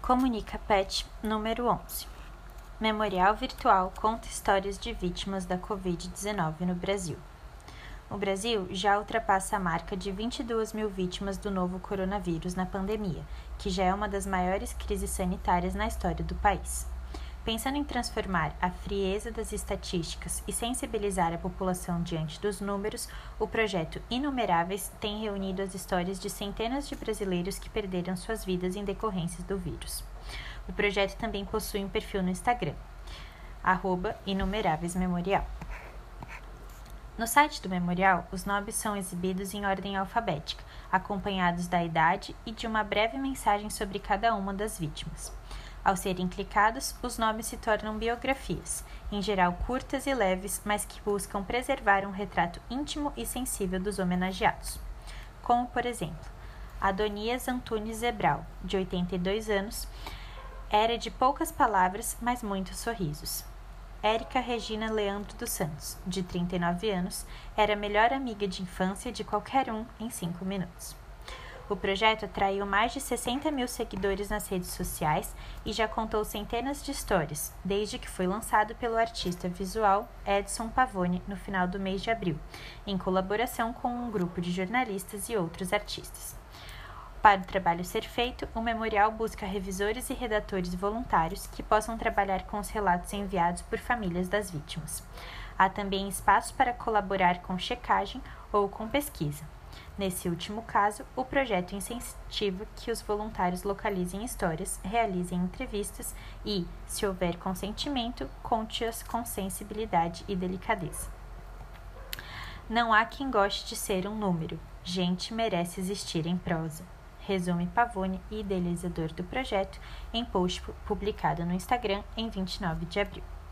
Comunica PET número 11. Memorial Virtual conta histórias de vítimas da Covid-19 no Brasil. O Brasil já ultrapassa a marca de 22 mil vítimas do novo coronavírus na pandemia, que já é uma das maiores crises sanitárias na história do país. Pensando em transformar a frieza das estatísticas e sensibilizar a população diante dos números, o projeto Inumeráveis tem reunido as histórias de centenas de brasileiros que perderam suas vidas em decorrência do vírus. O projeto também possui um perfil no Instagram, @inumeráveismemorial. No site do memorial, os nomes são exibidos em ordem alfabética, acompanhados da idade e de uma breve mensagem sobre cada uma das vítimas. Ao serem clicados, os nomes se tornam biografias, em geral curtas e leves, mas que buscam preservar um retrato íntimo e sensível dos homenageados. Como, por exemplo, Adonias Antunes Zebral, de 82 anos, era de poucas palavras, mas muitos sorrisos. Érica Regina Leandro dos Santos, de 39 anos, era a melhor amiga de infância de qualquer um em 5 minutos. O projeto atraiu mais de 60 mil seguidores nas redes sociais e já contou centenas de histórias, desde que foi lançado pelo artista visual Edson Pavone no final do mês de abril, em colaboração com um grupo de jornalistas e outros artistas. Para o trabalho ser feito, o memorial busca revisores e redatores voluntários que possam trabalhar com os relatos enviados por famílias das vítimas. Há também espaço para colaborar com checagem ou com pesquisa. Nesse último caso, o projeto incentiva que os voluntários localizem histórias, realizem entrevistas e, se houver consentimento, conte-as com sensibilidade e delicadeza. Não há quem goste de ser um número. Gente merece existir em prosa. Resume Pavone, idealizador do projeto, em post publicado no Instagram em 29 de abril.